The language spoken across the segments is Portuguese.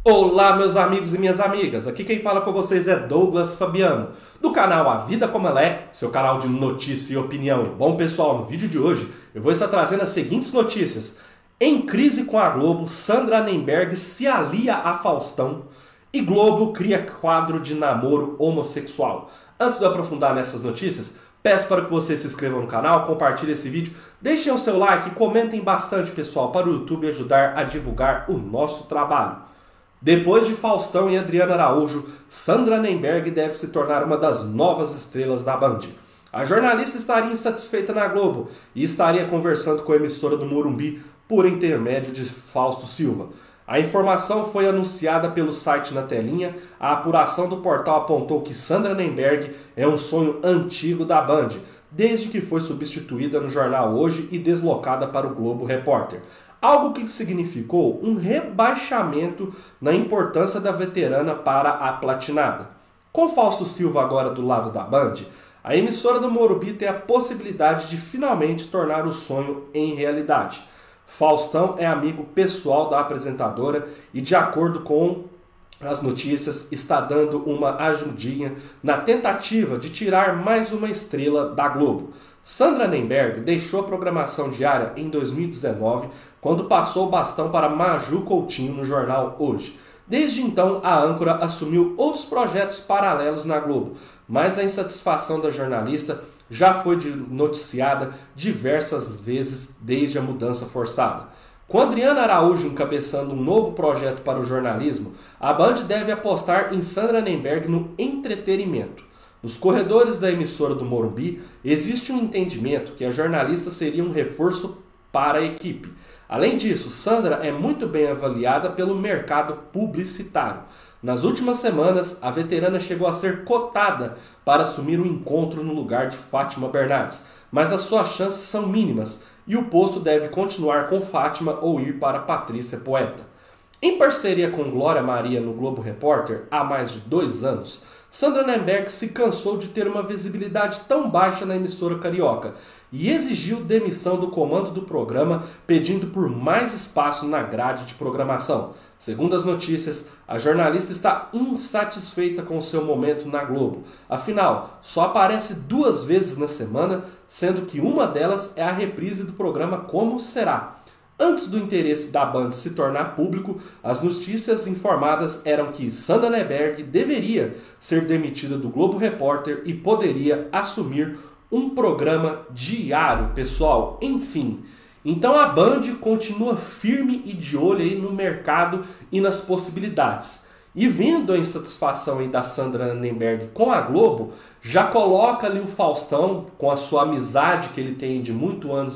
Olá, meus amigos e minhas amigas, aqui quem fala com vocês é Douglas Fabiano, do canal A Vida Como Ela É, seu canal de notícia e opinião. E bom pessoal, no vídeo de hoje eu vou estar trazendo as seguintes notícias. Em crise com a Globo, Sandra Nemberg se alia a Faustão e Globo cria quadro de namoro homossexual. Antes de eu aprofundar nessas notícias, peço para que vocês se inscrevam no canal, compartilhem esse vídeo, deixem o seu like e comentem bastante, pessoal, para o YouTube ajudar a divulgar o nosso trabalho. Depois de Faustão e Adriana Araújo, Sandra Nemberg deve se tornar uma das novas estrelas da Band. A jornalista estaria insatisfeita na Globo e estaria conversando com a emissora do Morumbi por intermédio de Fausto Silva. A informação foi anunciada pelo site Na Telinha. A apuração do portal apontou que Sandra Nemberg é um sonho antigo da Band, desde que foi substituída no jornal Hoje e deslocada para o Globo Repórter. Algo que significou um rebaixamento na importância da veterana para a platinada. Com Fausto Silva agora do lado da Band, a emissora do Morumbi tem a possibilidade de finalmente tornar o sonho em realidade. Faustão é amigo pessoal da apresentadora e, de acordo com as notícias, está dando uma ajudinha na tentativa de tirar mais uma estrela da Globo. Sandra Nemberg deixou a programação diária em 2019, quando passou o bastão para Maju Coutinho no jornal Hoje. Desde então, a âncora assumiu outros projetos paralelos na Globo, mas a insatisfação da jornalista já foi noticiada diversas vezes desde a mudança forçada. Com Adriana Araújo encabeçando um novo projeto para o jornalismo, a Band deve apostar em Sandra Nemberg no entretenimento. Nos corredores da emissora do Morumbi, existe um entendimento que a jornalista seria um reforço para a equipe. Além disso, Sandra é muito bem avaliada pelo mercado publicitário. Nas últimas semanas, a veterana chegou a ser cotada para assumir o encontro no lugar de Fátima Bernardes, mas as suas chances são mínimas e o posto deve continuar com Fátima ou ir para Patrícia Poeta. Em parceria com Glória Maria no Globo Repórter há mais de 2 anos, Sandra Nemberg se cansou de ter uma visibilidade tão baixa na emissora carioca e exigiu demissão do comando do programa, pedindo por mais espaço na grade de programação. Segundo as notícias, a jornalista está insatisfeita com o seu momento na Globo. Afinal, só aparece 2 vezes na semana, sendo que uma delas é a reprise do programa Como Será. Antes do interesse da Band se tornar público, as notícias informadas eram que Sandra Nemberg deveria ser demitida do Globo Repórter e poderia assumir um programa diário, pessoal. Enfim, então a Band continua firme e de olho aí no mercado e nas possibilidades. E vendo a insatisfação aí da Sandra Nemberg com a Globo, já coloca ali o Faustão, com a sua amizade que ele tem de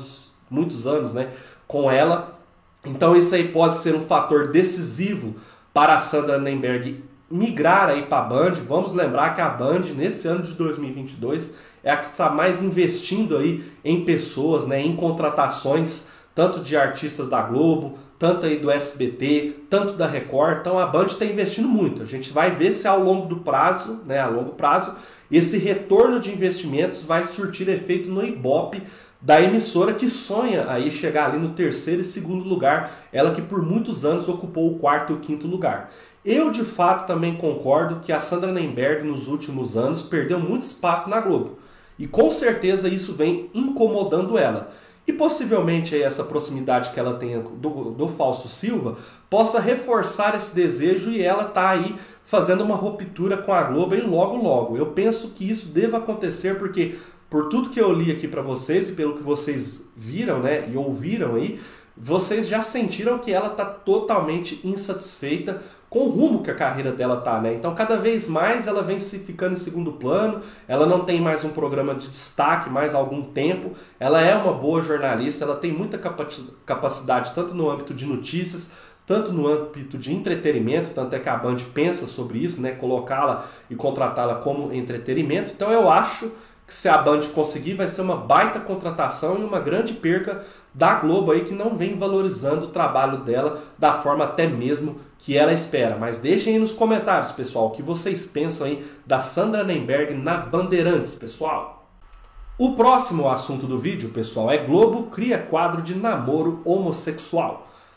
muitos anos, né, com ela. Então isso aí pode ser um fator decisivo para a Sandra Nemberg migrar aí para a Band. Vamos lembrar que a Band, nesse ano de 2022, é a que está mais investindo aí em pessoas, né, em contratações, tanto de artistas da Globo, tanto aí do SBT, tanto da Record. Então a Band está investindo muito. A gente vai ver se ao longo do prazo, né, a longo prazo, esse retorno de investimentos vai surtir efeito no Ibope da emissora, que sonha aí chegar ali no 3º e 2º lugar, ela que por muitos anos ocupou o 4º e o 5º lugar. Eu de fato também concordo que a Sandra Nemberg nos últimos anos perdeu muito espaço na Globo, e com certeza isso vem incomodando ela. E possivelmente aí essa proximidade que ela tenha do Fausto Silva possa reforçar esse desejo e ela tá aí fazendo uma ruptura com a Globo e logo. Eu penso que isso deva acontecer porque, por tudo que eu li aqui para vocês e pelo que vocês viram, né, e ouviram aí, vocês já sentiram que ela está totalmente insatisfeita com o rumo que a carreira dela tá, né? Então cada vez mais ela vem se ficando em segundo plano, ela não tem mais um programa de destaque mais há algum tempo, ela é uma boa jornalista, ela tem muita capacidade tanto no âmbito de notícias, tanto no âmbito de entretenimento, tanto é que a Band pensa sobre isso, né? Colocá-la e contratá-la como entretenimento. Então eu acho que se a Band conseguir vai ser uma baita contratação e uma grande perca da Globo aí, que não vem valorizando o trabalho dela da forma até mesmo que ela espera. Mas deixem aí nos comentários, pessoal, o que vocês pensam aí da Sandra Nemberg na Bandeirantes, pessoal. O próximo assunto do vídeo, pessoal, é Globo cria quadro de namoro homossexual.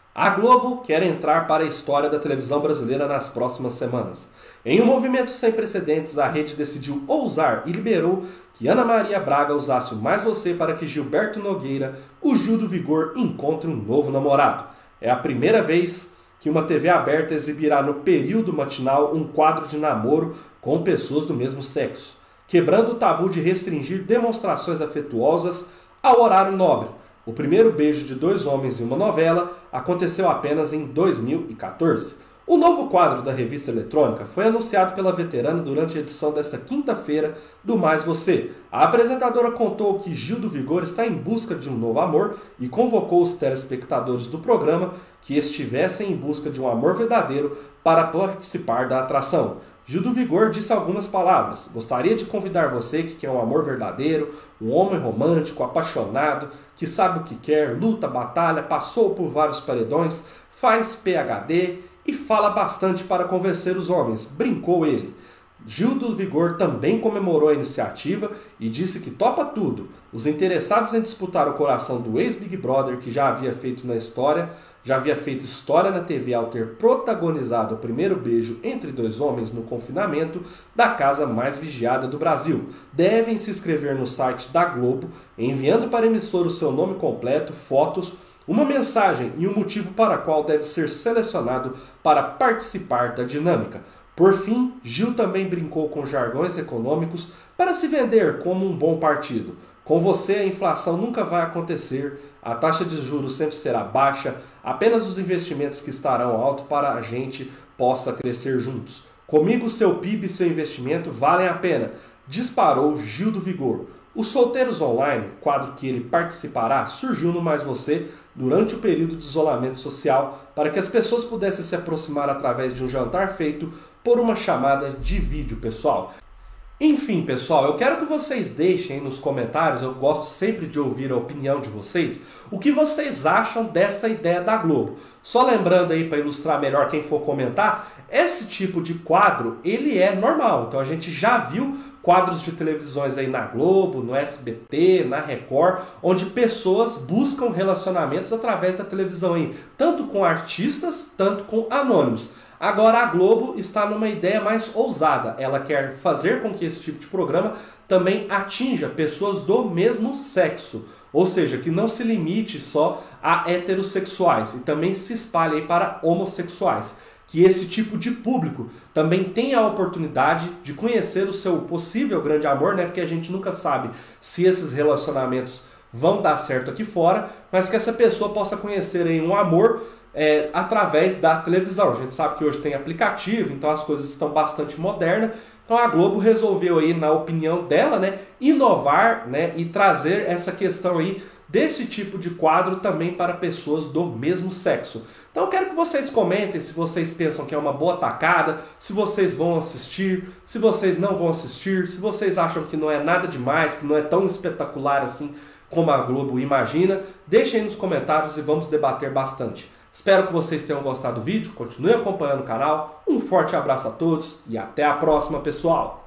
A Globo quer entrar para a história da televisão brasileira nas próximas semanas. Em um movimento sem precedentes, a rede decidiu ousar e liberou que Ana Maria Braga usasse o Mais Você para que Gilberto Nogueira, o Gil do Vigor, encontre um novo namorado. É a primeira vez que uma TV aberta exibirá no período matinal um quadro de namoro com pessoas do mesmo sexo, quebrando o tabu de restringir demonstrações afetuosas ao horário nobre. O primeiro beijo de dois homens em uma novela aconteceu apenas em 2014. O novo quadro da revista eletrônica foi anunciado pela veterana durante a edição desta quinta-feira do Mais Você. A apresentadora contou que Gil do Vigor está em busca de um novo amor e convocou os telespectadores do programa que estivessem em busca de um amor verdadeiro para participar da atração. Gil do Vigor disse algumas palavras. Gostaria de convidar você que quer um amor verdadeiro, um homem romântico, apaixonado, que sabe o que quer, luta, batalha, passou por vários paredões, faz PhD e fala bastante para convencer os homens, brincou ele. Gil do Vigor também comemorou a iniciativa e disse que topa tudo. Os interessados em disputar o coração do ex-Big Brother, que já havia feito história na TV ao ter protagonizado o primeiro beijo entre dois homens no confinamento da casa mais vigiada do Brasil, devem se inscrever no site da Globo, enviando para a emissora o seu nome completo, fotos, uma mensagem e o motivo para qual deve ser selecionado para participar da dinâmica. Por fim, Gil também brincou com jargões econômicos para se vender como um bom partido. Com você a inflação nunca vai acontecer, a taxa de juros sempre será baixa, apenas os investimentos que estarão altos para a gente possa crescer juntos. Comigo seu PIB e seu investimento valem a pena, disparou Gil do Vigor. Os Solteiros Online, quadro que ele participará, surgiu no Mais Você durante o período de isolamento social para que as pessoas pudessem se aproximar através de um jantar feito por uma chamada de vídeo, pessoal. Enfim, pessoal, eu quero que vocês deixem aí nos comentários, eu gosto sempre de ouvir a opinião de vocês, o que vocês acham dessa ideia da Globo. Só lembrando aí, para ilustrar melhor quem for comentar, esse tipo de quadro, ele é normal. Então a gente já viu quadros de televisões aí na Globo, no SBT, na Record, onde pessoas buscam relacionamentos através da televisão aí, tanto com artistas, tanto com anônimos. Agora a Globo está numa ideia mais ousada. Ela quer fazer com que esse tipo de programa também atinja pessoas do mesmo sexo. Ou seja, que não se limite só a heterossexuais e também se espalhe aí para homossexuais. Que esse tipo de público também tenha a oportunidade de conhecer o seu possível grande amor, né? Porque a gente nunca sabe se esses relacionamentos vão dar certo aqui fora, mas que essa pessoa possa conhecer aí um amor através da televisão. A gente sabe que hoje tem aplicativo, então as coisas estão bastante modernas. Então a Globo resolveu aí, na opinião dela, né, inovar, né, e trazer essa questão aí desse tipo de quadro também para pessoas do mesmo sexo. Então eu quero que vocês comentem se vocês pensam que é uma boa tacada, se vocês vão assistir, se vocês não vão assistir, se vocês acham que não é nada demais, que não é tão espetacular assim como a Globo imagina. Deixem aí nos comentários e vamos debater bastante. Espero que vocês tenham gostado do vídeo, continue acompanhando o canal, um forte abraço a todos e até a próxima, pessoal!